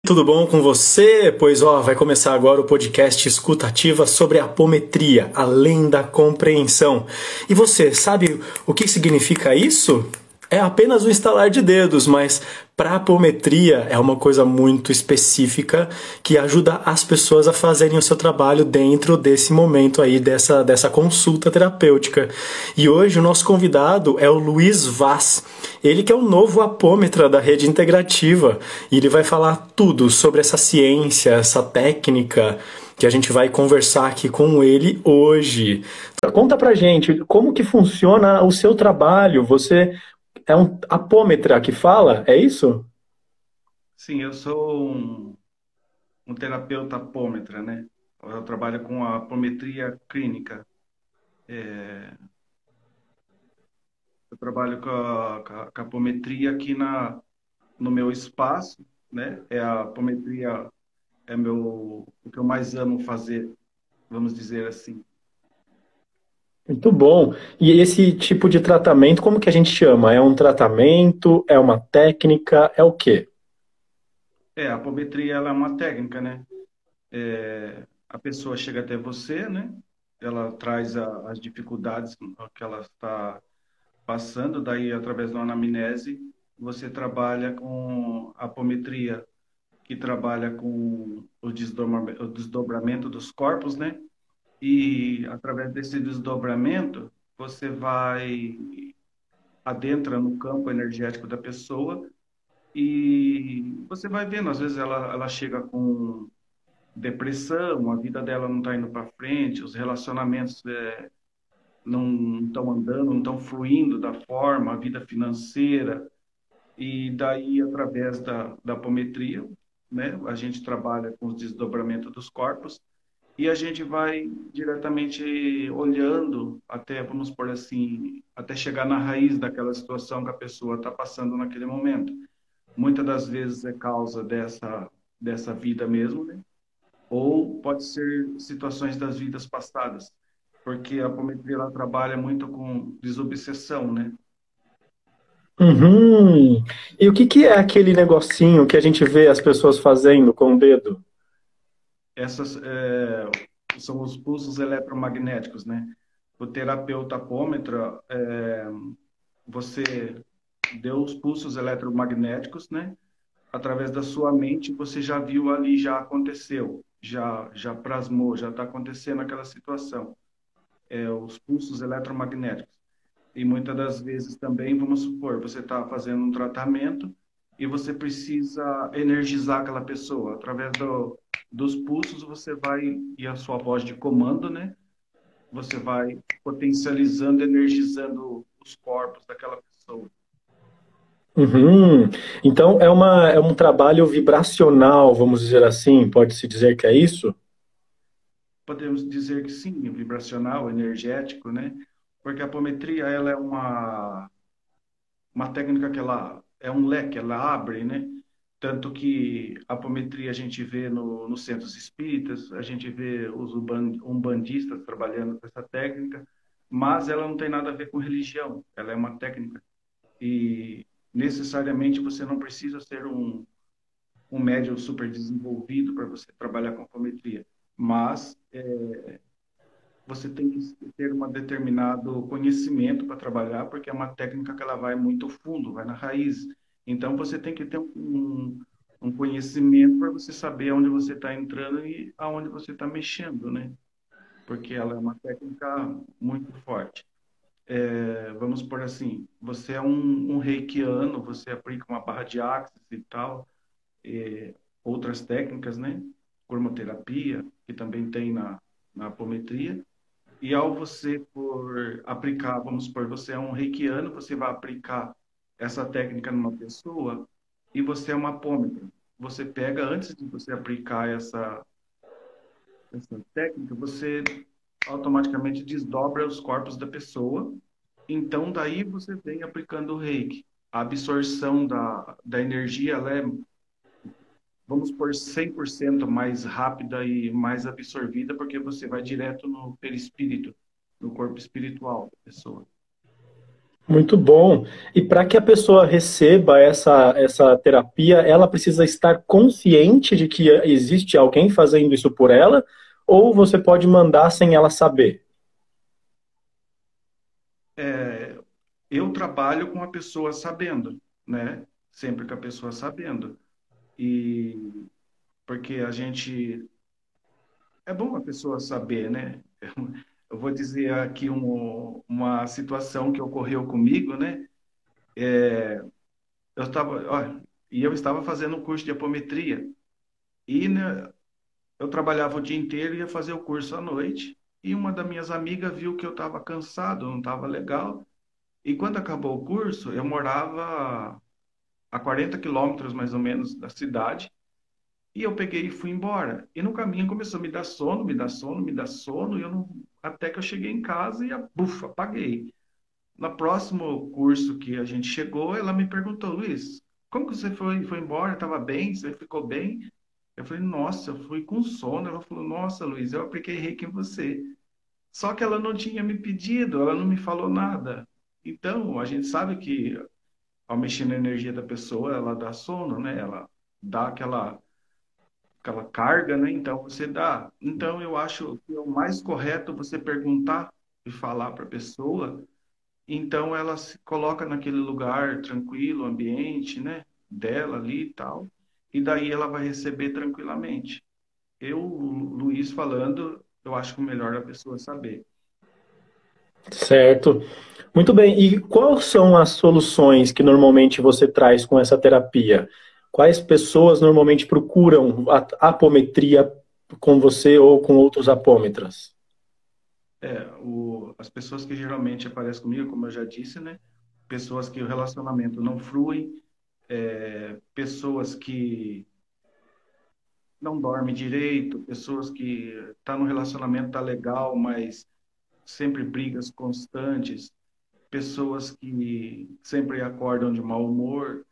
Tudo bom com você? Pois vai começar agora o podcast Escutativa sobre apometria, além da compreensão. E você sabe o que significa isso? É apenas um estalar de dedos, mas para apometria é uma coisa muito específica que ajuda as pessoas a fazerem o seu trabalho dentro desse momento aí, dessa consulta terapêutica. E hoje o nosso convidado é o Luiz Vaz. Ele que é o novo apômetra da rede integrativa e ele vai falar tudo sobre essa ciência, essa técnica que a gente vai conversar aqui com ele hoje. Conta pra gente como que funciona o seu trabalho. Você é um apômetra que fala, é isso? Sim, eu sou um terapeuta apômetra, né? Eu trabalho com a apometria clínica. Eu trabalho com a apometria aqui no meu espaço, né? A apometria o que eu mais amo fazer, vamos dizer assim. Muito bom. E esse tipo de tratamento, como que a gente chama? É um tratamento? É uma técnica? É o quê? A apometria ela é uma técnica, né? A pessoa chega até você, né? Ela traz as dificuldades que ela está passando, daí através da anamnese, você trabalha com a apometria, que trabalha com o desdobramento dos corpos, né? E através desse desdobramento, você vai adentra no campo energético da pessoa e você vai vendo, às vezes ela chega com depressão, a vida dela não está indo para frente, os relacionamentos não estão andando, não estão fluindo da forma, a vida financeira. E daí, através da apometria, né, a gente trabalha com os desdobramentos dos corpos e a gente vai diretamente olhando até, vamos por assim, até chegar na raiz daquela situação que a pessoa está passando naquele momento. Muitas das vezes é causa dessa vida mesmo, né? Ou pode ser situações das vidas passadas, porque a apometria ela trabalha muito com desobsessão, né? Uhum. E o que que é aquele negocinho que a gente vê as pessoas fazendo com o dedo? Essas são os pulsos eletromagnéticos, né? O terapeuta apômetra, você deu os pulsos eletromagnéticos, né? Através da sua mente, você já viu ali, já aconteceu, já plasmou, já está acontecendo aquela situação. Os pulsos eletromagnéticos. E muitas das vezes também, vamos supor, você está fazendo um tratamento e você precisa energizar aquela pessoa. Através dos pulsos, você vai, e a sua voz de comando, né? Você vai potencializando, energizando os corpos daquela pessoa. Uhum. Então é um trabalho vibracional, vamos dizer assim, pode-se dizer que é isso? Podemos dizer que sim, vibracional, energético, né? Porque a apometria, ela é uma técnica que ela é um leque, ela abre, né? Tanto que a apometria a gente vê nos centros espíritas, a gente vê os umbandistas trabalhando com essa técnica, mas ela não tem nada a ver com religião, ela é uma técnica. E necessariamente você não precisa ser um médium super desenvolvido para você trabalhar com apometria, mas você tem que ter um determinado conhecimento para trabalhar, porque é uma técnica que ela vai muito fundo, vai na raiz. Então, você tem que ter um conhecimento para você saber aonde você está entrando e aonde você está mexendo, né? Porque ela é uma técnica muito forte. Vamos por assim, você é um reikiano, você aplica uma barra de axis e tal, outras técnicas, né? Cromoterapia, que também tem na apometria. E ao você por aplicar, vamos supor, você é um reikiano, você vai aplicar essa técnica numa pessoa e você é uma apômetra. Você pega, antes de você aplicar essa técnica, você automaticamente desdobra os corpos da pessoa. Então, daí você vem aplicando o reiki. A absorção da energia, ela é, vamos por 100% mais rápida e mais absorvida, porque você vai direto no perispírito, no corpo espiritual da pessoa. Muito bom. E para que a pessoa receba essa terapia, ela precisa estar consciente de que existe alguém fazendo isso por ela, ou você pode mandar sem ela saber? É, eu trabalho com a pessoa sabendo, né? Sempre com a pessoa sabendo. E porque a gente é bom a pessoa saber, né? Eu vou dizer aqui uma situação que ocorreu comigo, né? Eu estava, olha, e eu estava fazendo um curso de apometria e né, eu trabalhava o dia inteiro e ia fazer o curso à noite. E uma das minhas amigas viu que eu estava cansado, não estava legal. E quando acabou o curso, eu morava a 40 quilômetros mais ou menos da cidade. E eu peguei e fui embora. E no caminho começou a me dar sono, me dar sono, me dar sono. E eu não... Até que eu cheguei em casa e, bufa, apaguei. No próximo curso que a gente chegou, ela me perguntou, Luiz, como que você foi embora? Estava bem? Você ficou bem? Eu falei, nossa, eu fui com sono. Ela falou, nossa, Luiz, eu apliquei reiki em você. Só que ela não tinha me pedido, ela não me falou nada. Então, a gente sabe que ao mexer na energia da pessoa, ela dá sono, né? Ela dá aquela carga, né? Então, você dá. Então, eu acho que é o mais correto você perguntar e falar para a pessoa. Então, ela se coloca naquele lugar tranquilo, ambiente, né? Dela ali e tal. E daí ela vai receber tranquilamente. Eu, Luiz, falando, eu acho que o melhor é a pessoa saber. Certo. Muito bem. E quais são as soluções que normalmente você traz com essa terapia? Quais pessoas normalmente procuram a apometria com você ou com outros apômetras? As pessoas que geralmente aparecem comigo, como eu já disse, né? Pessoas que o relacionamento não flui, pessoas que não dormem direito, pessoas que tá no relacionamento tá legal, mas sempre brigas constantes, pessoas que sempre acordam de mau humor,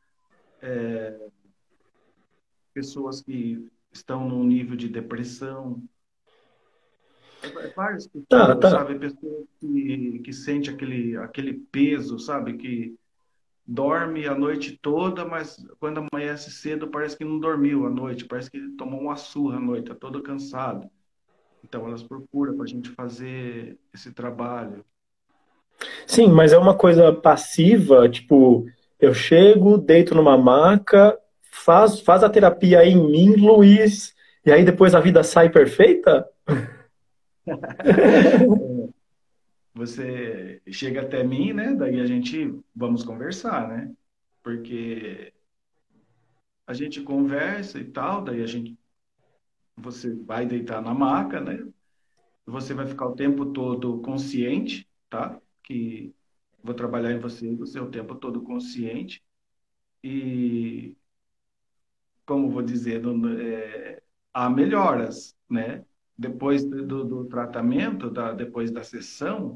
pessoas que estão num nível de depressão, várias Tá, pessoas, tá. sabe? Pessoas que sente aquele peso, sabe? Que dorme a noite toda, mas quando amanhece cedo parece que não dormiu a noite, parece que tomou uma surra à noite, tá todo cansado. Então elas procuram para a gente fazer esse trabalho. Sim, mas é uma coisa passiva, tipo, eu chego, deito numa maca, faz a terapia em mim, Luiz, e aí depois a vida sai perfeita? Você chega até mim, né? Daí a gente vamos conversar, né? Porque a gente conversa e tal, daí você vai deitar na maca, né? Você vai ficar o tempo todo consciente, tá? Que vou trabalhar em você, você é o tempo todo consciente. E, como vou dizer, há melhoras, né? Depois do tratamento, depois da sessão,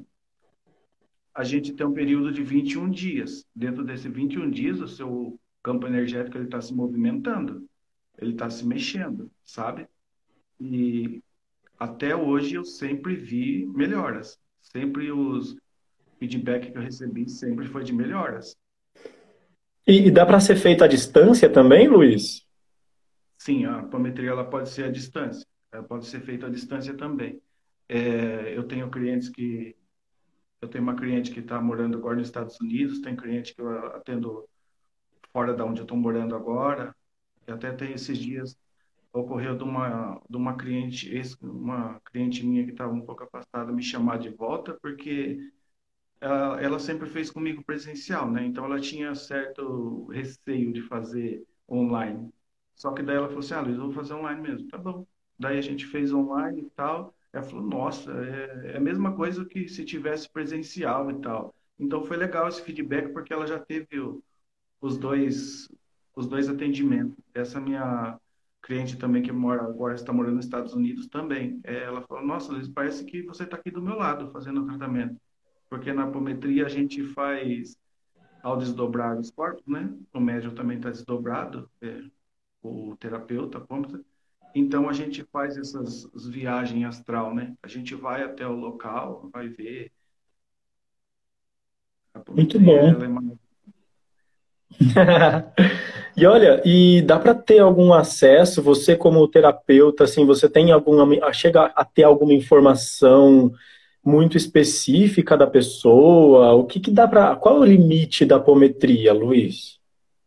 a gente tem um período de 21 dias. Dentro desse 21 dias, o seu campo energético ele está se movimentando, ele está se mexendo, sabe? E até hoje eu sempre vi melhoras. Sempre os feedback que eu recebi sempre foi de melhoras. E dá para ser feito à distância também, Luiz? Sim, a apometria ela pode ser à distância. Ela pode ser feita à distância também. Eu tenho clientes que eu tenho uma cliente que está morando agora nos Estados Unidos, tem cliente que eu atendo fora da onde eu estou morando agora. E até tem esses dias ocorreu de uma cliente, uma cliente minha que estava um pouco afastada, me chamar de volta, porque ela sempre fez comigo presencial, né? Então ela tinha certo receio de fazer online. Só que daí ela falou assim: ah, Luiz, eu vou fazer online mesmo. Tá bom. Daí a gente fez online e tal. Ela falou: nossa, é a mesma coisa que se tivesse presencial e tal. Então foi legal esse feedback porque ela já teve os dois, os dois atendimentos. Essa minha cliente também que mora agora está morando nos Estados Unidos também. Ela falou: nossa, Luiz, parece que você está aqui do meu lado fazendo o tratamento. Porque na apometria a gente faz ao desdobrar os corpos, né? O médium também está desdobrado, o terapeuta, apômetra. Então a gente faz essas viagens astral, né? A gente vai até o local, vai ver Muito Apometria, bom. ela é uma... E olha, e dá para ter algum acesso, você como terapeuta, assim, você tem alguma, chega a ter alguma informação muito específica da pessoa? O que que dá para, qual é o limite da apometria, Luiz?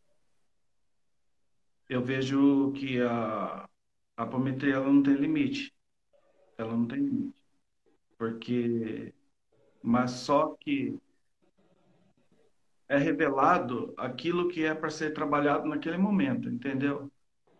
Eu vejo que a apometria ela não tem limite. Ela não tem limite. Porque, mas só que é revelado aquilo que é para ser trabalhado naquele momento, entendeu?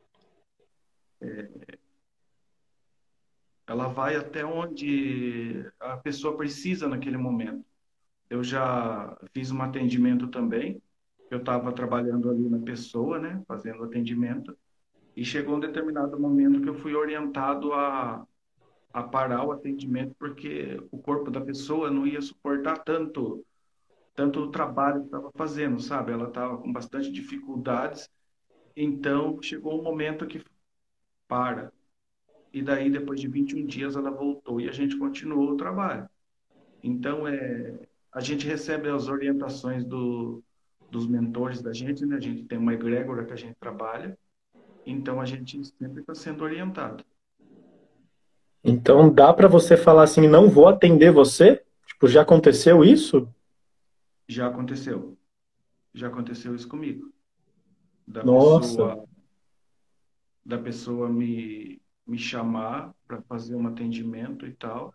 Ela vai até onde a pessoa precisa naquele momento. Eu já fiz um atendimento também. Eu estava trabalhando ali na pessoa, né, fazendo atendimento, e chegou um determinado momento que eu fui orientado a parar o atendimento porque o corpo da pessoa não ia suportar tanto o trabalho que estava fazendo, sabe? Ela estava com bastante dificuldades, então chegou um momento que para. E daí, depois de 21 dias, ela voltou e a gente continuou o trabalho. Então, a gente recebe as orientações dos mentores da gente, né? A gente tem uma egrégora que a gente trabalha, então a gente sempre está sendo orientado. Então dá para você falar assim, não vou atender você? Tipo, já aconteceu isso? Já aconteceu, já aconteceu isso comigo, da Nossa, pessoa, da pessoa me chamar para fazer um atendimento e tal.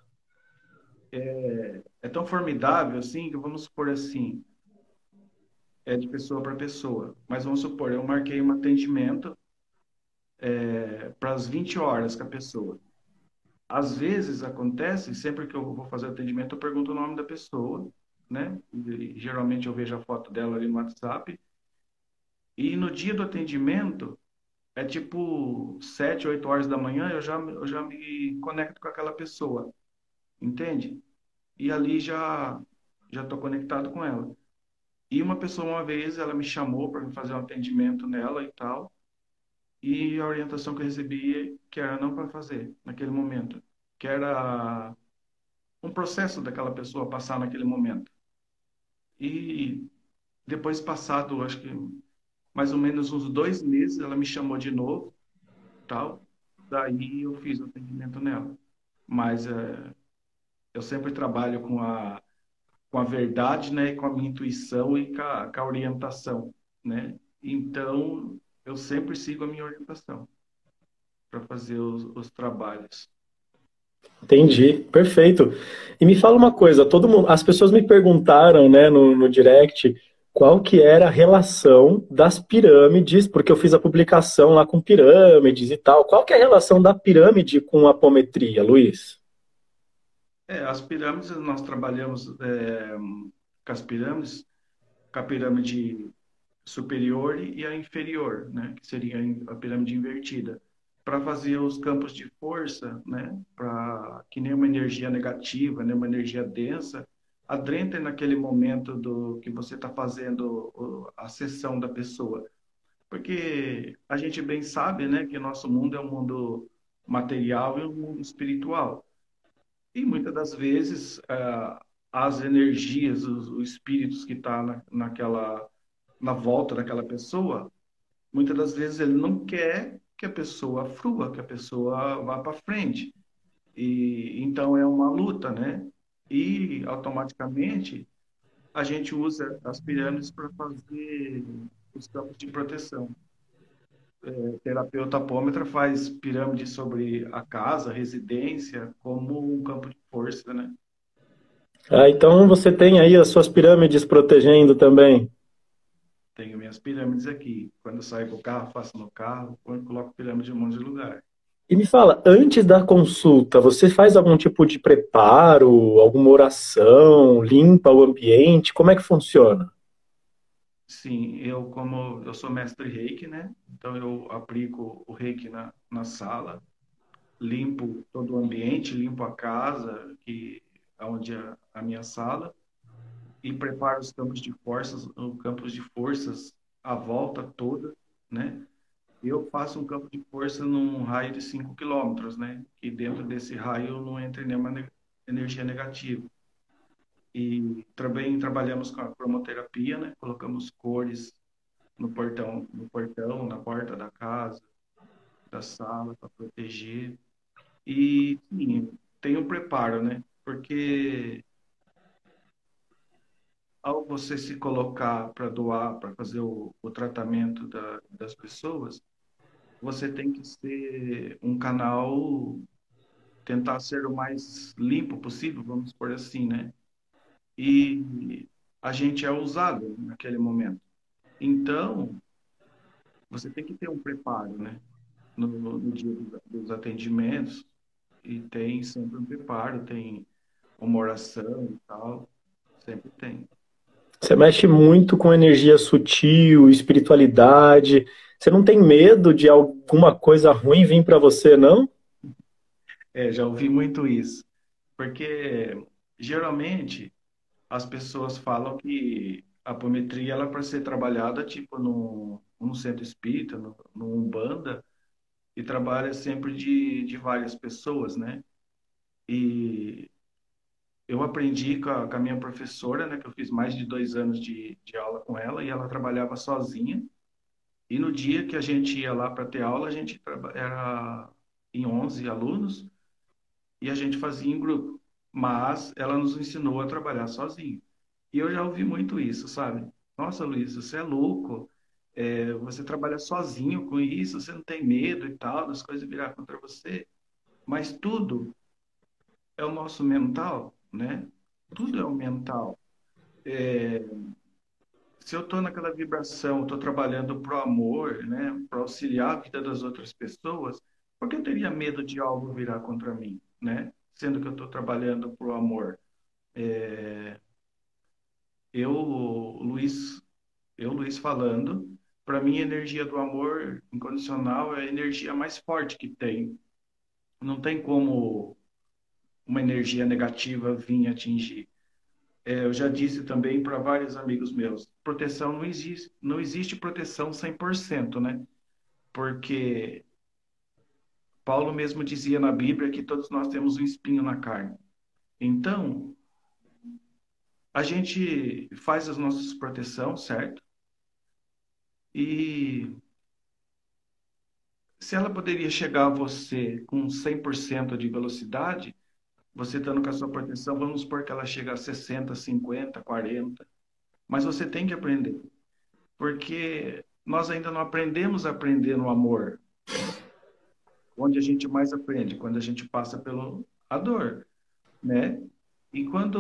É tão formidável assim que vamos supor assim, é de pessoa para pessoa. Mas vamos supor, eu marquei um atendimento para as 20 horas com a pessoa. Às vezes acontece, sempre que eu vou fazer atendimento, eu pergunto o nome da pessoa, né? E, geralmente eu vejo a foto dela ali no WhatsApp. E no dia do atendimento, é tipo 7, 8 horas da manhã, eu já me conecto com aquela pessoa, entende? E ali já estou conectado com ela. E uma pessoa, uma vez, ela me chamou para fazer um atendimento nela e tal. E a orientação que eu recebi que era não para fazer naquele momento, que era um processo daquela pessoa passar naquele momento. E depois passado, acho que mais ou menos uns 2 meses, ela me chamou de novo, tal. Daí eu fiz o atendimento nela. Mas eu sempre trabalho com a verdade, né, e com a minha intuição e com a orientação, né? Então, eu sempre sigo a minha orientação para fazer os trabalhos. entendi, perfeito. E me fala uma coisa, todo mundo, as pessoas me perguntaram, né, no direct, qual que era a relação das pirâmides, porque eu fiz a publicação lá com pirâmides e tal. Qual que é a relação da pirâmide com a apometria, Luiz? As pirâmides, nós trabalhamos com as pirâmides, com a pirâmide superior e a inferior, né, que seria a pirâmide invertida, para fazer os campos de força, né, para que nenhuma energia negativa, nenhuma energia densa adentre naquele momento do que você está fazendo a sessão da pessoa. Porque a gente bem sabe, né, que nosso mundo é um mundo material e um mundo espiritual. E muitas das vezes as energias, os espíritos que estão naquela na volta daquela pessoa, muitas das vezes ele não quer que a pessoa frua, que a pessoa vá para frente. E então é uma luta, né? E automaticamente a gente usa as pirâmides para fazer os campos de proteção. O terapeuta apômetra faz pirâmide sobre a casa, a residência, como um campo de força, né? Ah, então você tem aí as suas pirâmides protegendo também. Tenho minhas pirâmides aqui. Quando eu saio com o carro, faço no carro, quando coloco pirâmide em um monte de lugar. E me fala, antes da consulta, você faz algum tipo de preparo, alguma oração, limpa o ambiente? Como é que funciona? Sim, eu como eu sou mestre Reiki, né? Então eu aplico o Reiki na sala, limpo todo o ambiente, limpo a casa, que onde é a minha sala, e preparo os campos de forças, os campos de forças à volta toda, né? Eu faço um campo de força num raio de 5 quilômetros, né? Que dentro desse raio não entra nenhuma energia negativa. E também trabalhamos com a cromoterapia, né? Colocamos cores no portão, na porta da casa, da sala, para proteger. E, sim, tem um preparo, né? Porque ao você se colocar para doar, para fazer o tratamento das pessoas, você tem que ser um canal, tentar ser o mais limpo possível, vamos por assim, né? E a gente é usado naquele momento. Então, você tem que ter um preparo, né? No dia dos atendimentos, e tem sempre um preparo, tem uma oração e tal, sempre tem. Você mexe muito com energia sutil, espiritualidade. Você não tem medo de alguma coisa ruim vir para você, não? É, já ouvi muito isso, porque geralmente as pessoas falam que a apometria ela é para ser trabalhada tipo num centro espírita, num Umbanda, e trabalha sempre de várias pessoas, né? E eu aprendi com a minha professora, né, que eu fiz mais de 2 anos de aula com ela, e ela trabalhava sozinha. E no dia que a gente ia lá para ter aula, a gente era em 11 alunos e a gente fazia em grupo. Mas ela nos ensinou a trabalhar sozinho. E eu já ouvi muito isso, sabe? Nossa, Luiz, você é louco. Você trabalha sozinho com isso, você não tem medo e tal, das coisas virar contra você. Mas tudo é o nosso mental, né? Tudo é o mental. Se eu estou naquela vibração, estou trabalhando pro amor, né? Para auxiliar a vida das outras pessoas, por que eu teria medo de algo virar contra mim, né? Sendo que eu estou trabalhando pro amor. Eu, Luiz, Luiz falando, para mim a energia do amor incondicional é a energia mais forte que tem. Não tem como uma energia negativa vir atingir. Eu já disse também para vários amigos meus, proteção não existe, não existe proteção 100%, né? Porque Paulo mesmo dizia na Bíblia que todos nós temos um espinho na carne. Então, a gente faz as nossas proteção, certo? E se ela poderia chegar a você com 100% de velocidade, você estando com a sua proteção, vamos supor que ela chega a 60, 50, 40. Mas você tem que aprender, porque nós ainda não aprendemos a aprender no amor. Onde a gente mais aprende? Quando a gente passa pelo a dor, né? E quando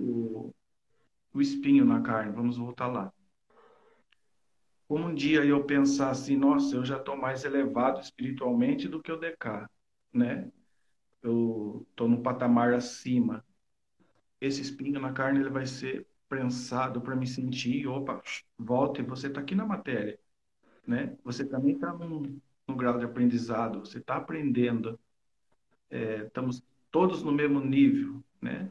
o espinho na carne, vamos voltar lá. Como um dia eu pensar assim, nossa, eu já estou mais elevado espiritualmente do que o DK, né? Eu estou num patamar acima. Esse espinho na carne ele vai ser prensado para me sentir, opa, volta e você está aqui na matéria, né? Você também está num grau de aprendizado, você está aprendendo, estamos todos no mesmo nível, né?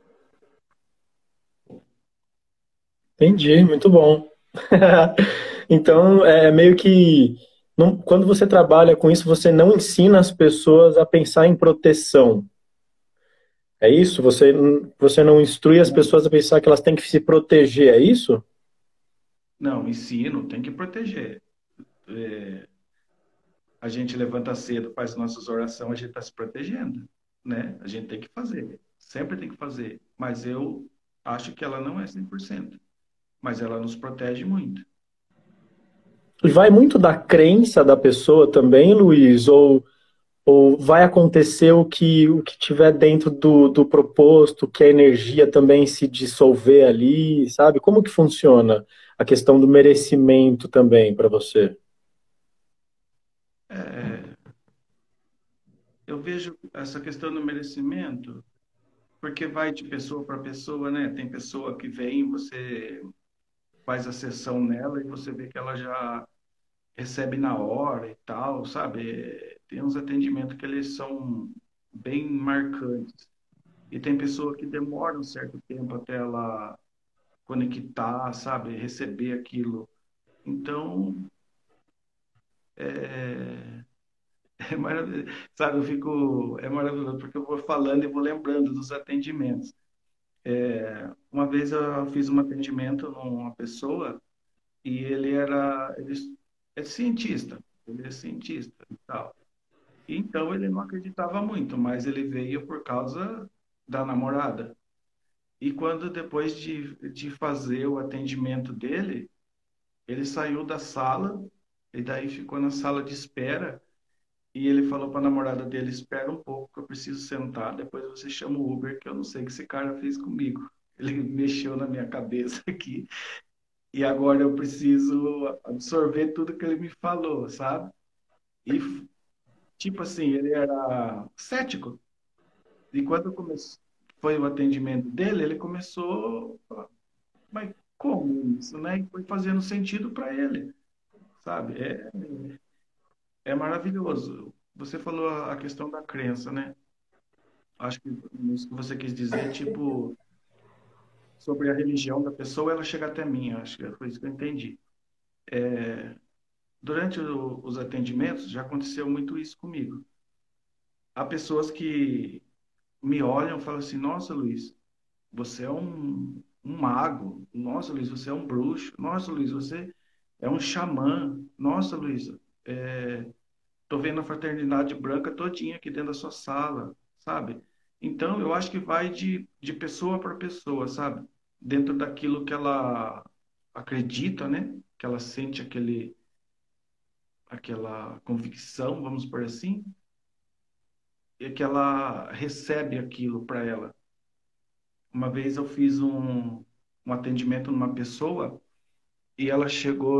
Entendi, muito bom. Então, é meio que quando você trabalha com isso, você não ensina as pessoas a pensar em proteção. É isso? Você não instrui as Não, pessoas a pensar que elas têm que se proteger, é isso? não, ensino, tem que proteger. A gente levanta cedo, faz nossas orações, a gente está se protegendo, né? A gente tem que fazer, sempre tem que fazer. Mas eu acho que ela não é 100%, mas ela nos protege muito. E vai muito da crença da pessoa também, Luiz, ou vai acontecer o que tiver dentro do proposto, que a energia também se dissolver ali, sabe? Como que funciona a questão do merecimento também para você? É, eu vejo essa questão do merecimento, porque vai de pessoa para pessoa, né? Tem pessoa que vem, você faz a sessão nela e você vê que ela já recebe na hora e tal, sabe? Tem uns atendimentos que eles são bem marcantes. E tem pessoa que demora um certo tempo até ela conectar, sabe? Receber aquilo. Então, é, é maravilhoso, sabe? É maravilhoso porque eu vou falando e vou lembrando dos atendimentos. Uma vez eu fiz um atendimento numa pessoa e ele é cientista, ele é cientista e tal. Então ele não acreditava muito, mas ele veio por causa da namorada. E quando depois de fazer o atendimento dele, ele saiu da sala e daí ficou na sala de espera e ele falou para a namorada dele, espera um pouco que eu preciso sentar, depois você chama o Uber que eu não sei o que esse cara fez comigo. Ele mexeu na minha cabeça aqui e agora eu preciso absorver tudo que ele me falou, sabe? E tipo assim, ele era cético. E quando foi o atendimento dele, ele começou, a falar, mas como isso, né? E foi fazendo sentido para ele, sabe? É maravilhoso. Você falou a questão da crença, né? Acho que isso que você quis dizer, tipo, sobre a religião da pessoa, ela chega até mim, acho que foi isso que eu entendi. Durante os atendimentos, já aconteceu muito isso comigo. Há pessoas que me olham e falam assim: Nossa, Luiz, você é um mago. Nossa, Luiz, você é um bruxo. Nossa, Luiz, você é um xamã. Nossa, Luiz, tô vendo a fraternidade branca todinha aqui dentro da sua sala, sabe? Então, eu acho que vai de pessoa para pessoa, sabe? Dentro daquilo que ela acredita, né? Que ela sente aquela convicção, vamos por assim, e que ela recebe aquilo para ela. Uma vez eu fiz um atendimento numa pessoa e ela chegou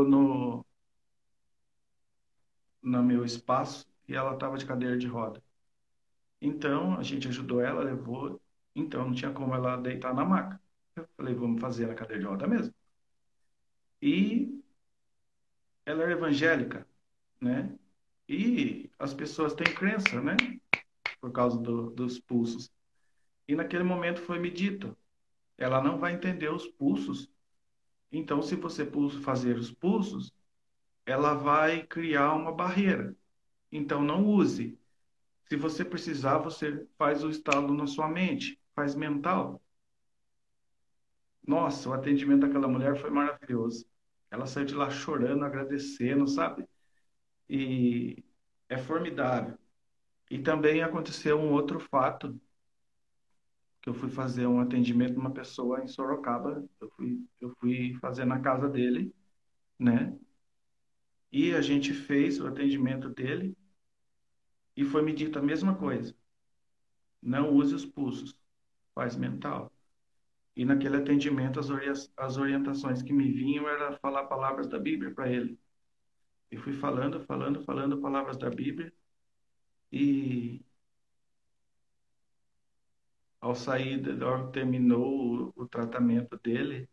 no meu espaço e ela estava de cadeira de roda. Então, a gente ajudou ela, levou. Então, não tinha como ela deitar na maca. Eu falei, vamos fazer na cadeira de roda mesmo. E ela era evangélica, né? E as pessoas têm crença, né? Por causa dos pulsos. E naquele momento foi me dito, ela não vai entender os pulsos. Então, se você fazer os pulsos, ela vai criar uma barreira. Então, não use. Se você precisar, você faz o estalo na sua mente, faz mental. Nossa, o atendimento daquela mulher foi maravilhoso. Ela saiu de lá chorando, agradecendo, sabe? E é formidável. E também aconteceu um outro fato, que eu fui fazer um atendimento numa pessoa em Sorocaba. Eu fui fazer na casa dele, né? E a gente fez o atendimento dele e foi me dito a mesma coisa. Não use os pulsos, faz mental. E naquele atendimento, as orientações que me vinham era falar palavras da Bíblia para ele. E fui falando, falando, falando palavras da Bíblia. E ao sair, hora que terminou o tratamento dele,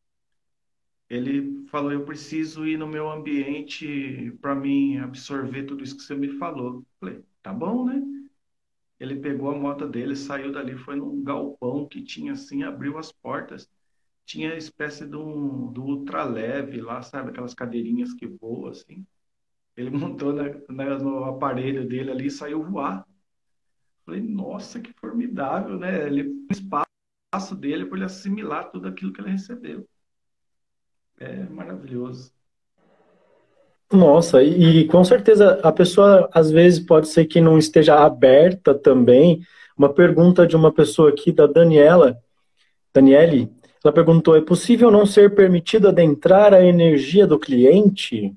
ele falou: Eu preciso ir no meu ambiente para mim absorver tudo isso que você me falou. Falei: Tá bom, né? Ele pegou a moto dele, saiu dali, foi num galpão que tinha assim, abriu as portas. Tinha espécie do ultraleve lá, sabe? Aquelas cadeirinhas que voam assim. Ele montou no aparelho dele ali e saiu voar. Falei, nossa, que formidável, né? Ele, o espaço dele para ele assimilar tudo aquilo que ele recebeu. É maravilhoso. Nossa, e com certeza a pessoa às vezes pode ser que não esteja aberta também. Uma pergunta de uma pessoa aqui, da Daniele, ela perguntou: é possível não ser permitido adentrar a energia do cliente?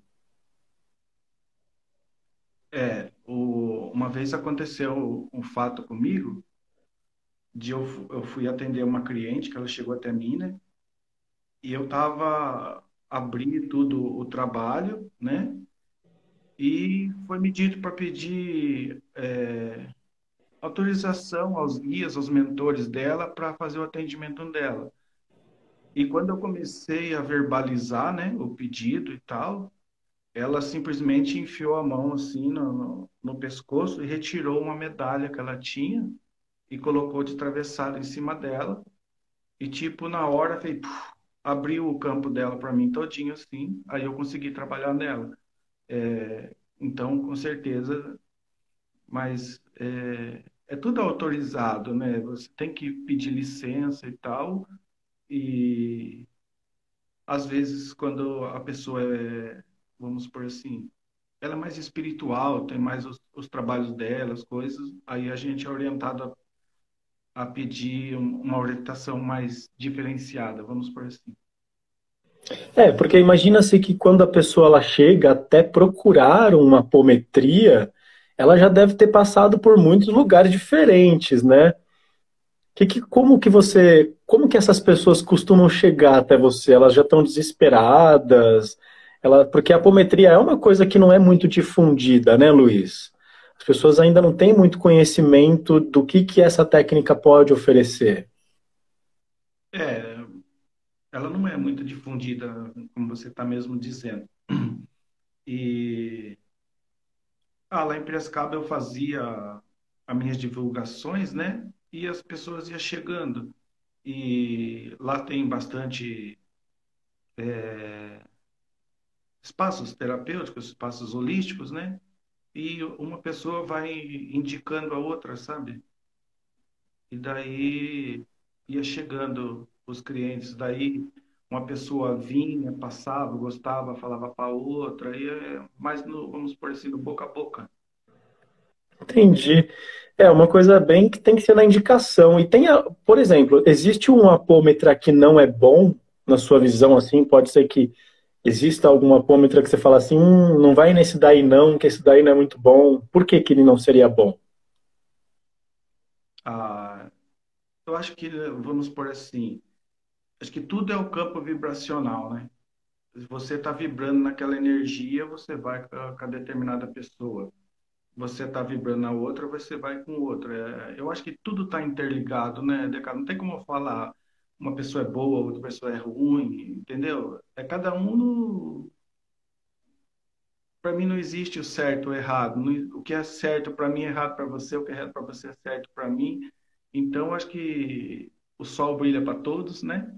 Uma vez aconteceu um fato comigo, eu fui atender uma cliente que ela chegou até mim, né? E eu tava abri tudo o trabalho, né? E foi me dito para pedir autorização aos guias, aos mentores dela, para fazer o atendimento dela. E quando eu comecei a verbalizar, né, o pedido e tal, ela simplesmente enfiou a mão assim no pescoço e retirou uma medalha que ela tinha e colocou de travessado em cima dela. E, tipo, na hora, fez, puf, abriu o campo dela para mim todinho assim, aí eu consegui trabalhar nela. Então, com certeza, mas é tudo autorizado, né? Você tem que pedir licença e tal, e às vezes quando a pessoa vamos por assim, ela é mais espiritual, tem mais os trabalhos dela, as coisas, aí a gente é orientado a pedir uma orientação mais diferenciada, vamos por assim. É, porque imagina-se que quando a pessoa ela chega até procurar uma apometria, ela já deve ter passado por muitos lugares diferentes, né? Como que essas pessoas costumam chegar até você? Elas já estão desesperadas? Porque a apometria é uma coisa que não é muito difundida, né, Luiz? As pessoas ainda não têm muito conhecimento do que essa técnica pode oferecer. É, ela não é muito difundida, como você está mesmo dizendo. E lá em Piracicaba eu fazia as minhas divulgações, né? E as pessoas iam chegando. E lá tem bastante espaços terapêuticos, espaços holísticos, né? E uma pessoa vai indicando a outra, sabe? E daí ia chegando os clientes, daí uma pessoa vinha, passava, gostava, falava para outra, e é mais no, vamos por assim, no boca a boca. Entendi. É uma coisa bem que tem que ser na indicação. E por exemplo, existe um apômetra que não é bom, na sua visão, assim? Pode ser que exista algum apômetra que você fala assim, não vai nesse daí não, que esse daí não é muito bom. Por que que ele não seria bom? Ah, eu acho que, vamos por assim, acho que tudo é o campo vibracional, né? Se você está vibrando naquela energia, você vai com a determinada pessoa. Você está vibrando na outra, você vai com outra. Eu acho que tudo está interligado, né, Deca? Não tem como eu falar uma pessoa é boa, outra pessoa é ruim, entendeu? É cada um no... Para mim não existe o certo ou errado. O que é certo para mim é errado para você, o que é errado para você é certo para mim. Então, acho que o sol brilha para todos, né?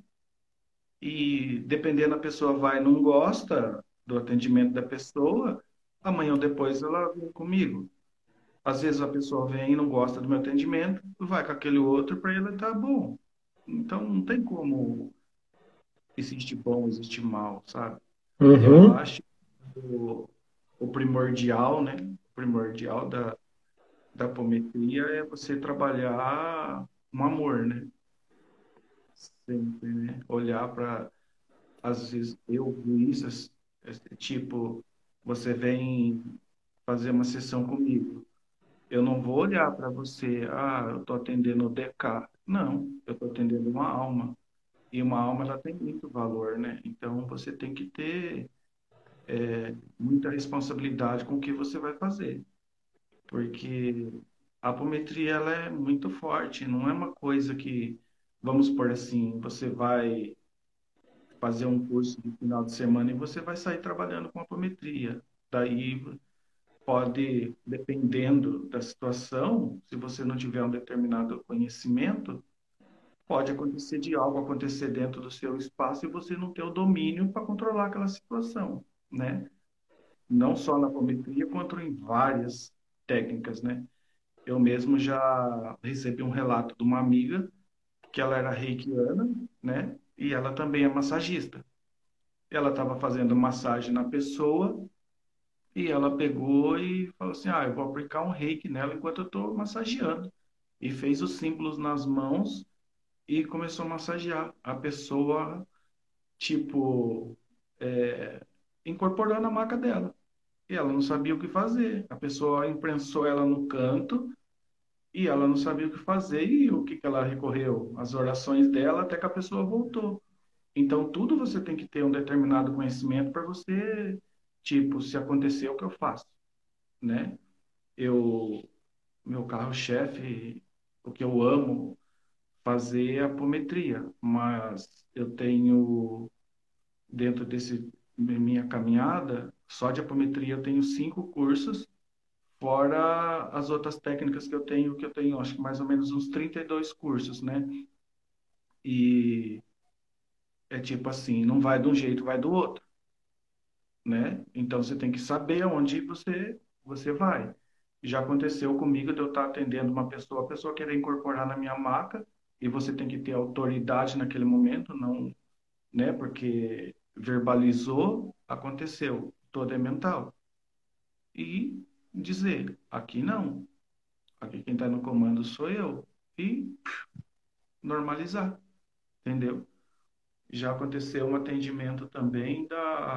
E dependendo a pessoa vai e não gosta do atendimento da pessoa, amanhã ou depois ela vem comigo. Às vezes a pessoa vem e não gosta do meu atendimento, vai com aquele outro para ele tá bom. Então não tem como existe bom, existe mal, sabe? Eu Uhum, acho que o primordial, né? O primordial da apometria é você trabalhar um amor, né? Sempre, né? Olhar para, às vezes, eu vi isso, tipo, você vem fazer uma sessão comigo. Eu não vou olhar para você, eu estou atendendo o DK. Não, eu estou atendendo uma alma. E uma alma, ela tem muito valor, né? Então, você tem que ter muita responsabilidade com o que você vai fazer. Porque a apometria, ela é muito forte. Não é uma coisa que, vamos por assim, você vai fazer um curso de final de semana e você vai sair trabalhando com apometria. Daí pode, dependendo da situação, se você não tiver um determinado conhecimento, pode acontecer de algo acontecer dentro do seu espaço e você não ter o domínio para controlar aquela situação, né? Não só na apometria, quanto em várias técnicas, né? Eu mesmo já recebi um relato de uma amiga que ela era reikiana, né? E ela também é massagista. Ela estava fazendo massagem na pessoa e ela pegou e falou assim: eu vou aplicar um reiki nela enquanto eu estou massageando. E fez os símbolos nas mãos e começou a massagear. A pessoa, tipo, incorporando a marca dela. E ela não sabia o que fazer. A pessoa imprensou ela no canto e ela não sabia o que fazer. E o que que ela recorreu? As orações dela até que a pessoa voltou. Então, tudo você tem que ter um determinado conhecimento para você, tipo, se acontecer o que eu faço, né? Eu, meu carro-chefe, o que eu amo fazer é apometria, mas eu tenho, dentro desse minha caminhada, só de apometria eu tenho 5 cursos, fora as outras técnicas que eu tenho, acho que mais ou menos uns 32 cursos, né? E é tipo assim, não vai de um jeito, vai do outro, né? Então você tem que saber aonde você vai. Já aconteceu comigo de eu estar atendendo uma pessoa, a pessoa querer incorporar na minha maca, e você tem que ter autoridade naquele momento, não, né? Porque verbalizou, aconteceu, todo é mental. E dizer, aqui não, aqui quem está no comando sou eu. E normalizar, entendeu? Já aconteceu um atendimento também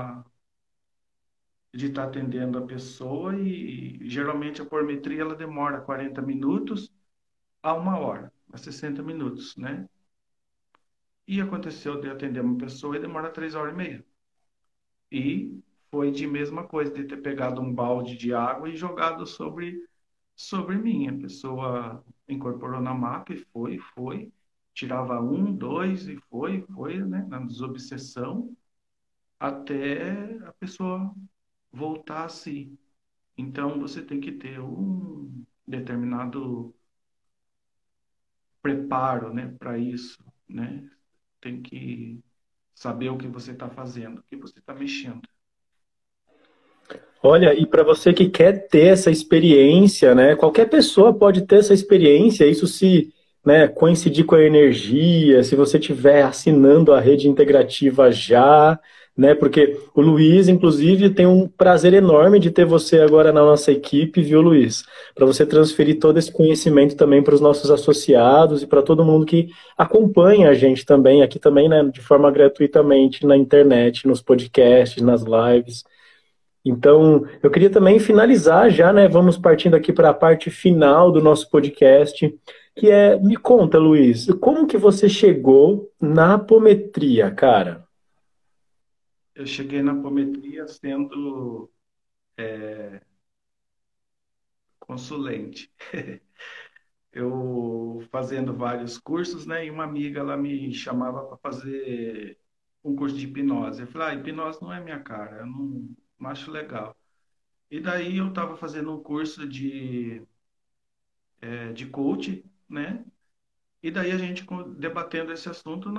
de estar atendendo a pessoa e geralmente a pormetria ela demora 40 minutos a 1 hora, a 60 minutos, né? E aconteceu de atender uma pessoa e demora 3 horas e meia. E foi de mesma coisa, de ter pegado um balde de água e jogado sobre mim. A pessoa incorporou na maca e foi. Tirava um, dois e foi, né? Na desobsessão, até a pessoa voltar a si. Então, você tem que ter um determinado preparo, né, para isso, né? Tem que saber o que você está fazendo, o que você está mexendo. Olha, e para você que quer ter essa experiência, né? Qualquer pessoa pode ter essa experiência, isso se, né, coincidir com a energia, se você estiver assinando a rede integrativa já, né? Porque o Luiz, inclusive, tem um prazer enorme de ter você agora na nossa equipe, viu, Luiz? Para você transferir todo esse conhecimento também para os nossos associados e para todo mundo que acompanha a gente também, aqui também, né, de forma gratuitamente na internet, nos podcasts, nas lives. Então, eu queria também finalizar já, né? Vamos partindo aqui para a parte final do nosso podcast, que é, me conta, Luiz, como que você chegou na apometria, cara? Eu cheguei na apometria sendo consulente. Eu fazendo vários cursos, né? E uma amiga ela me chamava para fazer um curso de hipnose. Eu falei, hipnose não é minha cara, eu não acho legal. E daí eu estava fazendo um curso de coach, né? E daí a gente debatendo esse assunto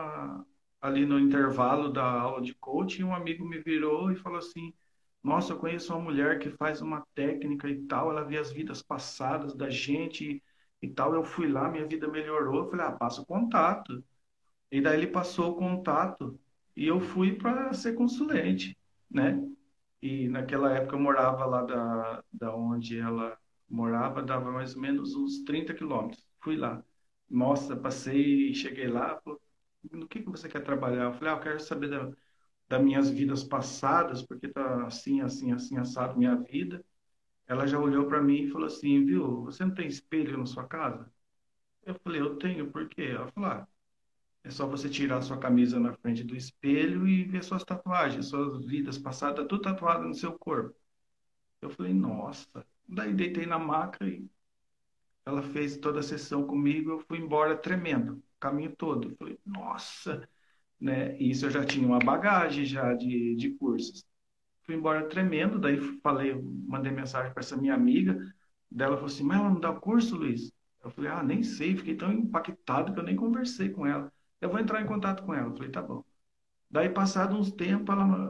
ali no intervalo da aula de coaching, um amigo me virou e falou assim: Nossa, eu conheço uma mulher que faz uma técnica e tal, ela vê as vidas passadas da gente e tal. Eu fui lá, minha vida melhorou. Eu falei: passa o contato. E daí ele passou o contato e eu fui para ser consulente, né? E naquela época eu morava lá da onde ela morava, dava mais ou menos uns 30 quilômetros. Fui lá. Nossa, passei, cheguei lá, falou, no que você quer trabalhar? Eu falei, eu quero saber das minhas vidas passadas, porque tá assim, assim, assim, assado minha vida. Ela já olhou para mim e falou assim, viu, você não tem espelho na sua casa? Eu falei, eu tenho, por quê? Ela falou, é só você tirar sua camisa na frente do espelho e ver suas tatuagens, suas vidas passadas, tudo tatuado no seu corpo. Eu falei, nossa. Daí deitei na maca e ela fez toda a sessão comigo. Eu fui embora tremendo, o caminho todo. Eu falei, nossa, né? E isso eu já tinha uma bagagem já de cursos. Fui embora tremendo. Daí falei, mandei mensagem para essa minha amiga. Dela falou assim, mas ela não dá curso, Luiz? Eu falei, nem sei. Fiquei tão impactado que eu nem conversei com ela. Eu vou entrar em contato com ela. Eu falei, tá bom. Daí, passado uns tempos,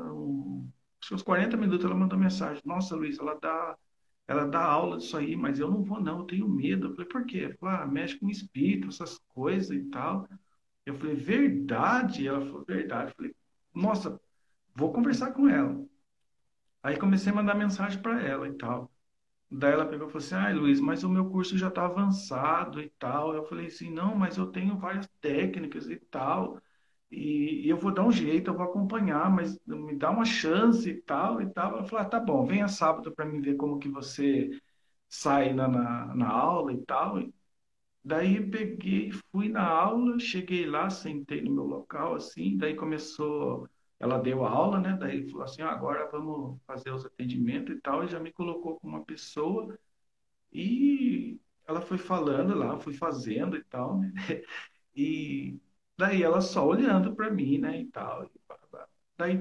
acho que uns 40 minutos, ela mandou mensagem. Nossa, Luiz, ela dá aula disso aí, mas eu não vou não, eu tenho medo. Eu falei, por quê? Ela falou, mexe com espírito, essas coisas e tal. Eu falei, verdade? Ela falou, verdade. Eu falei, nossa, vou conversar com ela. Aí comecei a mandar mensagem para ela e tal. Daí ela pegou e falou assim, Luiz, mas o meu curso já está avançado e tal. Eu falei assim, não, mas eu tenho várias técnicas e tal. E eu vou dar um jeito, eu vou acompanhar, mas me dá uma chance e tal e tal. Ela falou, tá bom, venha sábado para mim ver como que você sai na aula e tal. Daí peguei, fui na aula, cheguei lá, sentei no meu local, assim, daí começou, ela deu a aula, né? Daí falou assim, agora vamos fazer os atendimentos e tal, e já me colocou com uma pessoa, e ela foi falando lá, fui fazendo e tal, né? E daí ela só olhando para mim, né, e tal. Daí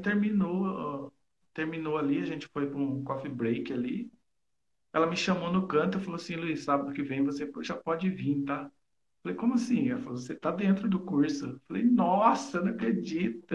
terminou ali, a gente foi para um coffee break ali. Ela me chamou no canto e falou assim, Luiz, sábado que vem você já pode vir, tá? Falei, como assim? Ela falou, você tá dentro do curso. Falei, nossa, não acredito.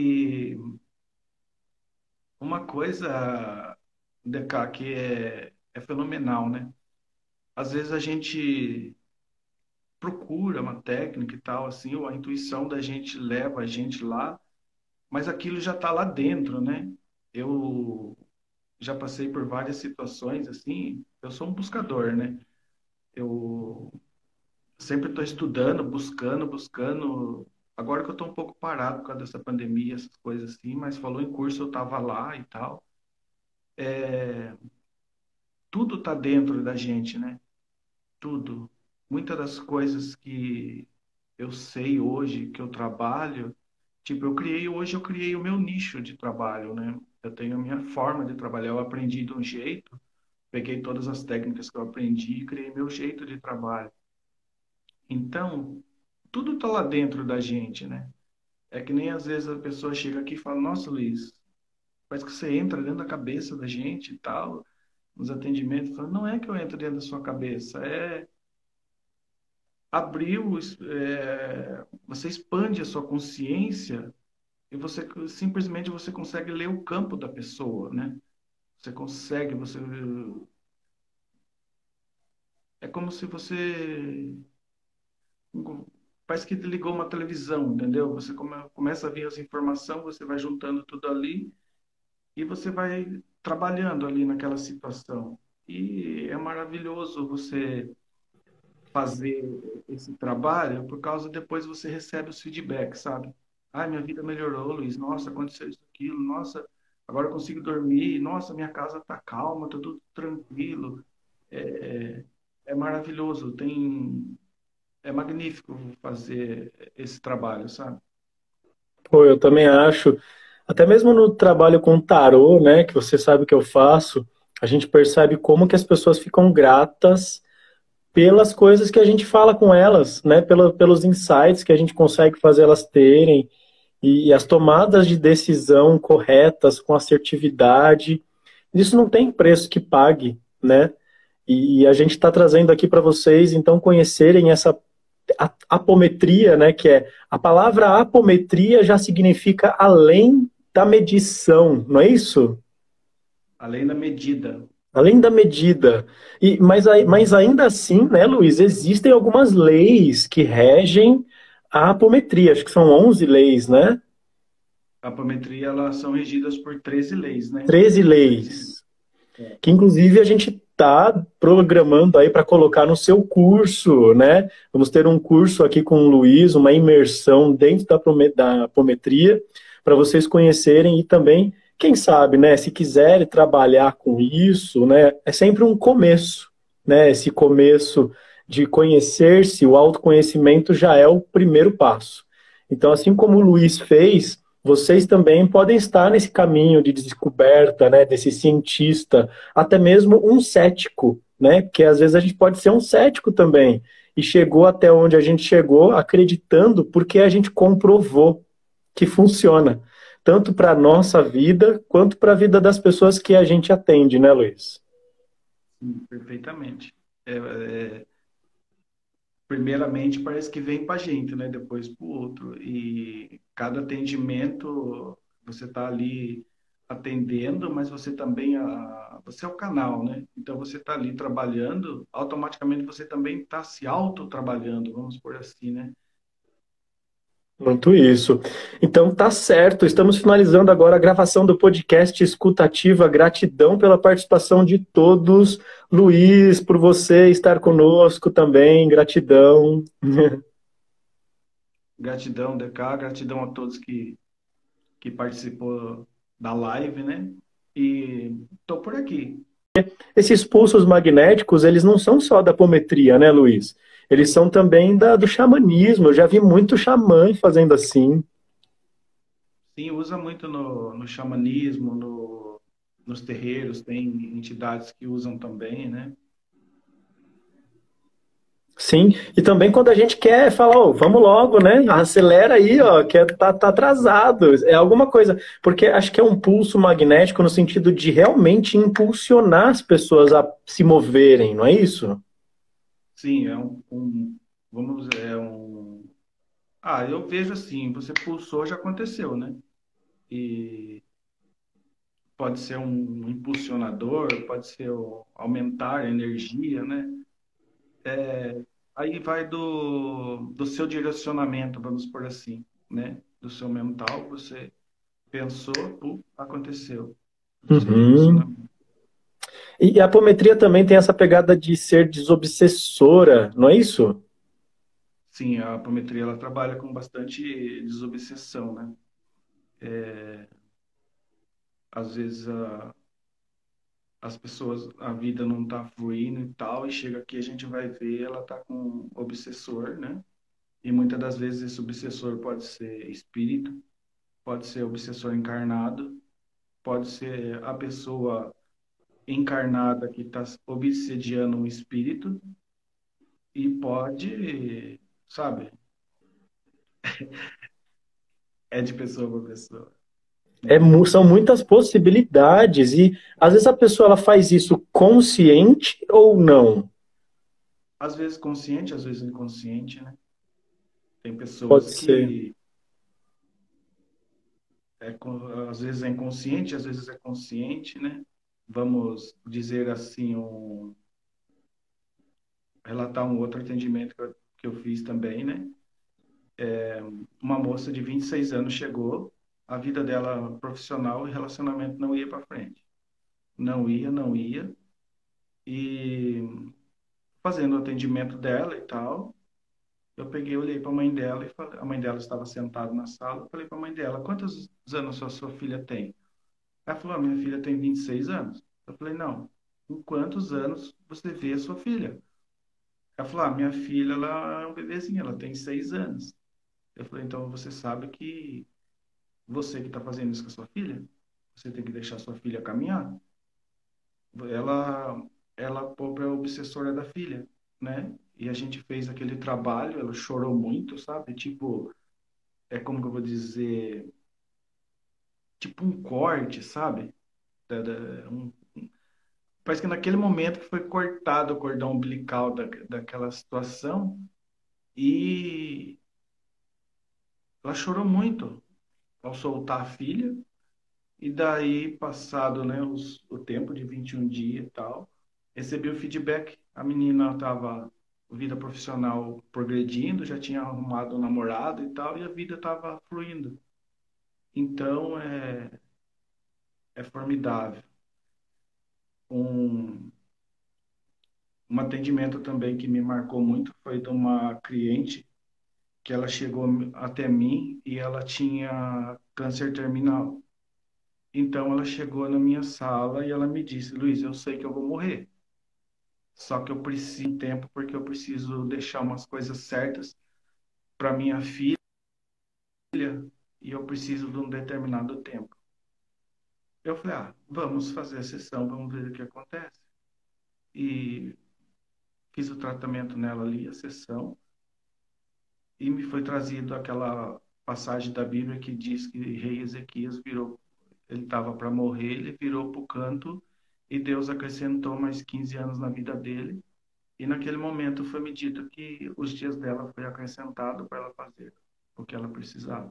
E uma coisa, DK, que é é fenomenal, né? Às vezes a gente procura uma técnica e tal, assim, ou a intuição da gente leva a gente lá, mas aquilo já está lá dentro, né? Eu já passei por várias situações, assim, eu sou um buscador, né? Eu sempre estou estudando, buscando. Agora que eu estou um pouco parado por causa dessa pandemia, essas coisas assim, mas falou em curso, eu estava lá e tal. Tudo está dentro da gente, né? Tudo. Muitas das coisas que eu sei hoje, que eu trabalho, tipo, eu criei o meu nicho de trabalho, né? Eu tenho a minha forma de trabalhar, eu aprendi de um jeito, peguei todas as técnicas que eu aprendi e criei meu jeito de trabalho. Então, tudo está lá dentro da gente, né? É que nem às vezes a pessoa chega aqui e fala, nossa, Luiz, parece que você entra dentro da cabeça da gente e tal, nos atendimentos. Fala, não é que eu entro dentro da sua cabeça, é abrir, você expande a sua consciência e você simplesmente você consegue ler o campo da pessoa, né? Você consegue, você é como se você parece que ligou uma televisão, entendeu? Você começa a ver as informações, você vai juntando tudo ali e você vai trabalhando ali naquela situação. E é maravilhoso você fazer esse trabalho, por causa depois você recebe os feedbacks, sabe? Ai, minha vida melhorou, Luiz. Nossa, aconteceu isso, aquilo. Nossa, agora eu consigo dormir. Nossa, minha casa tá calma, tá tudo tranquilo. É, é maravilhoso. É magnífico fazer esse trabalho, sabe? Pô, eu também acho. Até mesmo no trabalho com tarô, né, que você sabe que eu faço, a gente percebe como que as pessoas ficam gratas pelas coisas que a gente fala com elas, né, pelos insights que a gente consegue fazer elas terem e as tomadas de decisão corretas, com assertividade. Isso não tem preço que pague, né? E a gente está trazendo aqui para vocês, então, conhecerem essa apometria, né? Que é a palavra apometria já significa além da medição, não é isso? Além da medida. Além da medida. Mas ainda assim, né, Luiz, existem algumas leis que regem a apometria. Acho que são 11 leis, né? A apometria, elas são regidas por 13 leis, né? 13 13 leis. leis. É. Que inclusive a gente está programando aí para colocar no seu curso, né? Vamos ter um curso aqui com o Luiz, uma imersão dentro da apometria, para vocês conhecerem e também, quem sabe, né? Se quiserem trabalhar com isso, né? É sempre um começo, né? Esse começo de conhecer-se, o autoconhecimento já é o primeiro passo. Então, assim como o Luiz fez, vocês também podem estar nesse caminho de descoberta, né, desse cientista, até mesmo um cético, né, porque às vezes a gente pode ser um cético também, e chegou até onde a gente chegou acreditando porque a gente comprovou que funciona, tanto para a nossa vida, quanto para a vida das pessoas que a gente atende, né, Luiz? Sim, perfeitamente. É, primeiramente parece que vem para a gente, né? Depois para o outro. E cada atendimento você está ali atendendo, mas você também você é o canal, né? Então você está ali trabalhando, automaticamente você também está se auto-trabalhando, vamos por assim, né? Muito isso. Então tá certo. Estamos finalizando agora a gravação do podcast Escutativa. Gratidão pela participação de todos. Luiz, por você estar conosco também. Gratidão. Gratidão, DK, gratidão a todos que participou da live, né? E tô por aqui. Esses pulsos magnéticos, eles não são só da apometria, né, Luiz? Eles são também do xamanismo. Eu já vi muito xamã fazendo assim. Sim, usa muito no xamanismo, nos terreiros, tem entidades que usam também, né? Sim, e também quando a gente quer falar, ô, vamos logo, né? Acelera aí, ó, que tá atrasado. É alguma coisa, porque acho que é um pulso magnético no sentido de realmente impulsionar as pessoas a se moverem, não é isso? Sim, vamos dizer, eu vejo assim, você pulsou, já aconteceu, né? E pode ser um impulsionador, pode ser aumentar a energia, né? Aí vai do seu direcionamento, vamos por assim, né? Do seu mental, você pensou, pum, aconteceu. Do seu Uhum. direcionamento. E a apometria também tem essa pegada de ser desobsessora, não é isso? Sim, a apometria ela trabalha com bastante desobsessão, né? Às vezes as pessoas, a vida não tá fluindo e tal, e chega aqui a gente vai ver, ela tá com um obsessor, né? E muitas das vezes esse obsessor pode ser espírito, pode ser obsessor encarnado, pode ser a pessoa encarnada que está obsediando um espírito e pode, sabe, é de pessoa para pessoa, né? São muitas possibilidades e às vezes a pessoa ela faz isso consciente ou não. Às vezes consciente, às vezes inconsciente, né? Tem pessoas Pode ser. que às vezes é inconsciente, às vezes é consciente, né? Vamos dizer assim, relatar um outro atendimento que eu fiz também, né? Uma moça de 26 anos chegou, a vida dela profissional e relacionamento não ia para frente. Não ia, não ia. E fazendo o atendimento dela e tal, eu peguei, olhei para a mãe dela e falei, a mãe dela estava sentada na sala, eu falei para a mãe dela, quantos anos a sua filha tem? Ela falou, minha filha tem 26 anos. Eu falei, não, em quantos anos você vê a sua filha? Ela falou, minha filha, ela é um bebezinho, ela tem 6 anos. Eu falei, então você sabe que você que está fazendo isso com a sua filha, você tem que deixar sua filha caminhar. Ela, ela própria é obsessora da filha, né? E a gente fez aquele trabalho, ela chorou muito, sabe? Tipo, é como que eu vou dizer, tipo um corte, sabe? Parece que naquele momento que foi cortado o cordão umbilical daquela situação e ela chorou muito ao soltar a filha. E daí, passado, né, o tempo de 21 dias e tal, recebi o feedback. A menina estava, vida profissional progredindo, já tinha arrumado um namorado e tal, e a vida estava fluindo. Então, é formidável. Um, um atendimento também que me marcou muito foi de uma cliente que ela chegou até mim e ela tinha câncer terminal. Então, ela chegou na minha sala e ela me disse, Luiz, eu sei que eu vou morrer. Só que eu preciso de tempo porque eu preciso deixar umas coisas certas para minha filha e eu preciso de um determinado tempo. Eu falei, vamos fazer a sessão, vamos ver o que acontece. E fiz o tratamento nela ali, a sessão, e me foi trazido aquela passagem da Bíblia que diz que rei Ezequias virou, ele estava para morrer, ele virou para o canto e Deus acrescentou mais 15 anos na vida dele. E naquele momento foi me dito que os dias dela foi acrescentado para ela fazer o que ela precisava.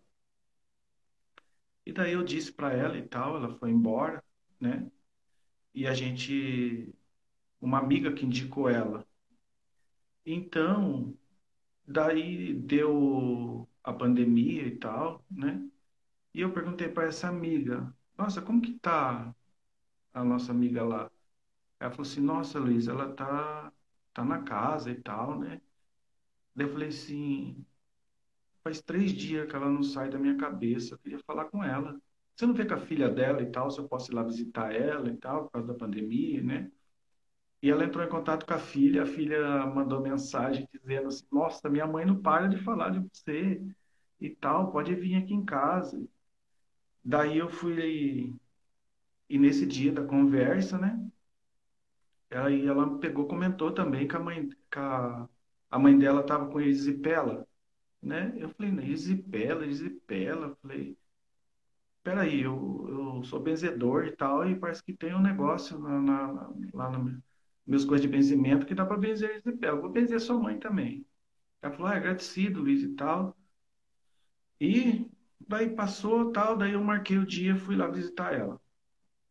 E daí eu disse para ela e tal, ela foi embora, né? E a gente, uma amiga que indicou ela. Então, daí deu a pandemia e tal, né? E eu perguntei para essa amiga, nossa, como que tá a nossa amiga lá? Ela falou assim, nossa, Luiz, ela tá na casa e tal, né? Daí eu falei assim, faz 3 dias que ela não sai da minha cabeça. Eu queria falar com ela. Você não vê com a filha dela e tal, se eu posso ir lá visitar ela e tal, por causa da pandemia, né? E ela entrou em contato com a filha mandou mensagem dizendo assim: Nossa, minha mãe não para de falar de você e tal, pode vir aqui em casa. Daí eu fui, e nesse dia da conversa, né? Aí ela pegou, comentou também que a mãe dela estava com erisipela, né? Eu falei, erisipela, erisipela. Eu falei, peraí, eu sou benzedor e tal, e parece que tem um negócio lá no meus coisas de benzimento que dá para benzer erisipela. Eu vou benzer sua mãe também. Ela falou, agradecido, Luiz e tal. E daí passou tal, daí eu marquei o dia, fui lá visitar ela.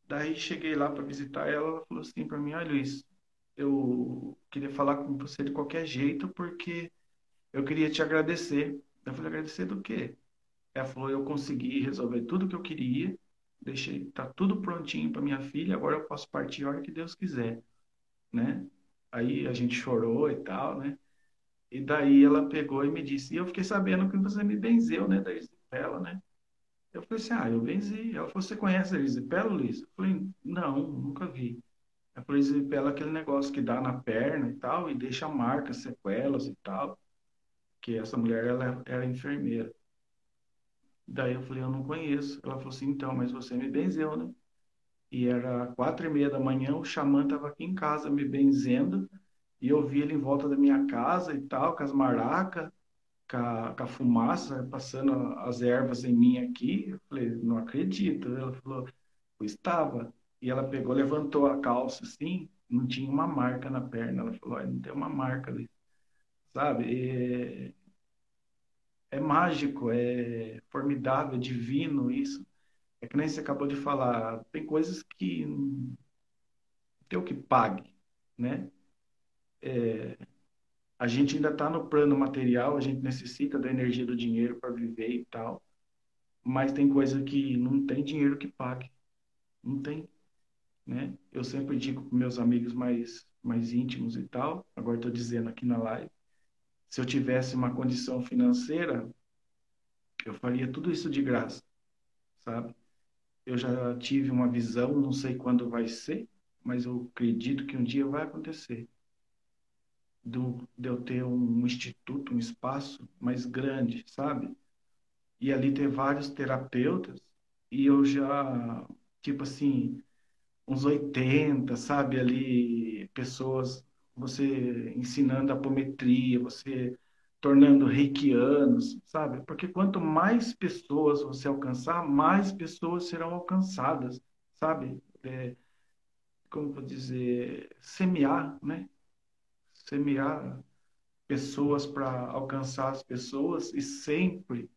Daí cheguei lá para visitar ela, ela falou assim para mim, ah, Luiz, eu queria falar com você de qualquer jeito porque eu queria te agradecer. Eu falei, agradecer do quê? Ela falou, eu consegui resolver tudo que eu queria, deixei, tá tudo prontinho para minha filha, agora eu posso partir a hora que Deus quiser, né? Aí a gente chorou e tal, né? E daí ela pegou e me disse, e eu fiquei sabendo que você me benzeu, né, da Isabela, né? Eu falei assim, ah, eu benzi. Ela falou, você conhece a erisipela, Luiz? Eu falei, não, nunca vi. Ela falou, erisipela é aquele negócio que dá na perna e tal, e deixa marcas, sequelas e tal, que essa mulher, ela era enfermeira. Daí eu falei, eu não conheço. Ela falou assim, então, mas você me benzeu, né? E era 4:30 da manhã, o xamã estava aqui em casa me benzendo, e eu vi ele em volta da minha casa e tal, com as maracas, com a fumaça, passando as ervas em mim aqui. Eu falei, não acredito. Ela falou, eu estava. E ela pegou, levantou a calça assim, não tinha uma marca na perna. Ela falou, "Olha, não tem uma marca ali, sabe? É mágico, é formidável, é divino isso. É que nem você acabou de falar, tem coisas que não tem o que pague, né? A gente ainda está no plano material, a gente necessita da energia do dinheiro para viver e tal, mas tem coisa que não tem dinheiro que pague, não tem, né? Eu sempre digo para meus amigos mais íntimos e tal, agora estou dizendo aqui na live, se eu tivesse uma condição financeira, eu faria tudo isso de graça, sabe? Eu já tive uma visão, não sei quando vai ser, mas eu acredito que um dia vai acontecer, de eu ter um instituto, um espaço mais grande, sabe? E ali ter vários terapeutas, e eu já, tipo assim, uns 80, sabe? Ali, pessoas, você ensinando apometria, você tornando reikianos, sabe? Porque quanto mais pessoas você alcançar, mais pessoas serão alcançadas, sabe? Como vou dizer, semear, né? Semear pessoas para alcançar as pessoas e sempre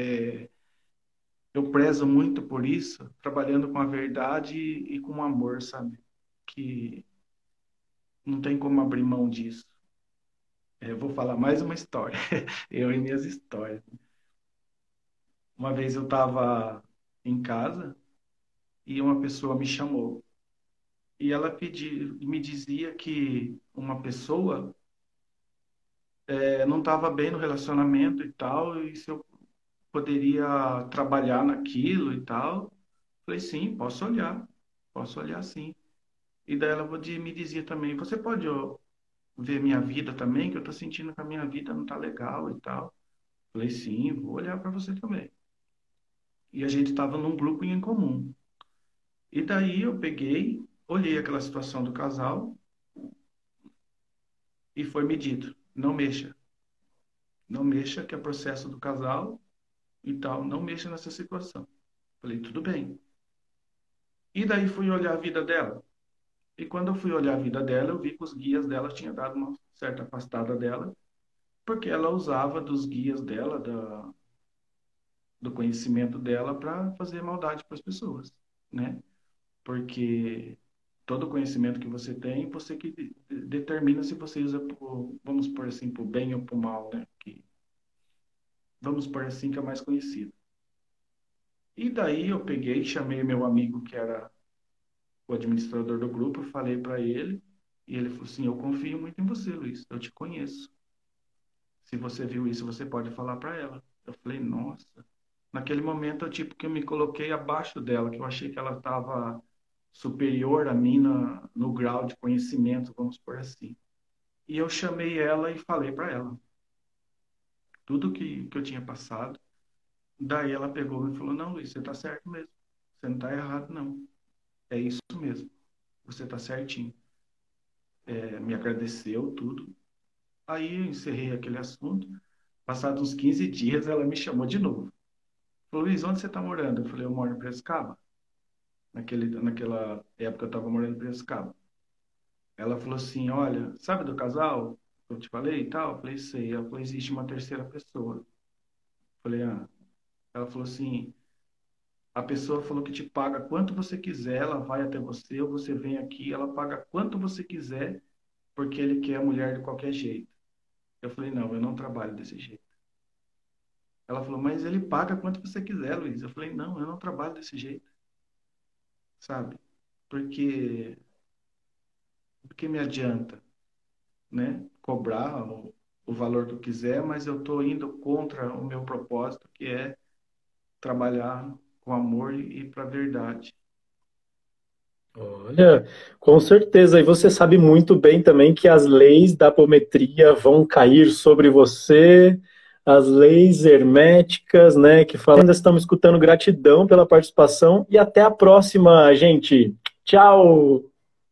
eu prezo muito por isso, trabalhando com a verdade e com o amor, sabe? Que não tem como abrir mão disso. Eu vou falar mais uma história, eu e minhas histórias. Uma vez eu estava em casa e uma pessoa me chamou e ela me dizia que uma pessoa não estava bem no relacionamento e tal, e se eu poderia trabalhar naquilo e tal. Falei, sim, posso olhar sim. E daí ela me dizia também, você pode ver minha vida também, que eu tô sentindo que a minha vida não tá legal e tal. Falei, sim, vou olhar para você também. E a gente estava num grupo em comum. E daí eu peguei, olhei aquela situação do casal e foi me dito, não mexa. Não mexa, que é processo do casal e tal, não mexa nessa situação. Falei, tudo bem. E daí fui olhar a vida dela. E quando eu fui olhar a vida dela, eu vi que os guias dela tinham dado uma certa afastada dela, porque ela usava dos guias dela, do conhecimento dela, para fazer maldade para as pessoas, né? Porque todo conhecimento que você tem, você que determina se você usa, vamos por assim, para o bem ou para o mal, né? Vamos por assim, que é mais conhecido. E daí eu peguei, chamei meu amigo, que era o administrador do grupo, falei para ele, e ele falou assim, eu confio muito em você, Luiz, eu te conheço. Se você viu isso, você pode falar para ela. Eu falei, nossa. Naquele momento, eu tipo que eu me coloquei abaixo dela, que eu achei que ela estava superior a mim no grau de conhecimento, vamos por assim. E eu chamei ela e falei para ela tudo que eu tinha passado. Daí ela pegou e falou: Não, Luiz, você está certo mesmo. Você não está errado, não. É isso mesmo. Você está certinho. Me agradeceu tudo. Aí eu encerrei aquele assunto. Passados uns 15 dias, ela me chamou de novo. Falou: Luiz, onde você está morando? Eu falei: Eu moro em Piracicaba. Naquela época, eu estava morando em Piracicaba. Ela falou assim: Olha, sabe do casal que eu te falei e tal? Eu falei: Sei. Ela falou: Existe uma terceira pessoa. Eu falei: Ah. Ela falou assim: A pessoa falou que te paga quanto você quiser, ela vai até você, ou você vem aqui, ela paga quanto você quiser, porque ele quer a mulher de qualquer jeito. Eu falei, não, eu não trabalho desse jeito. Ela falou, mas ele paga quanto você quiser, Luiz. Eu falei, não, eu não trabalho desse jeito, sabe? Porque, porque me adianta, né? Cobrar o valor que eu quiser, mas eu estou indo contra o meu propósito, que é trabalhar com amor e para a verdade. Olha, com certeza. E você sabe muito bem também que as leis da apometria vão cair sobre você, as leis herméticas, né? Que falam. Ainda estamos escutando. Gratidão pela participação e até a próxima, gente. Tchau!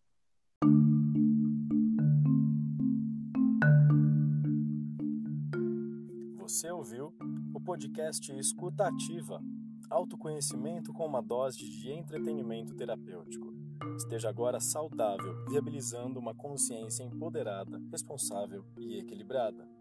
Você ouviu o podcast Escuta Ativa, autoconhecimento com uma dose de entretenimento terapêutico. Esteja agora saudável, viabilizando uma consciência empoderada, responsável e equilibrada.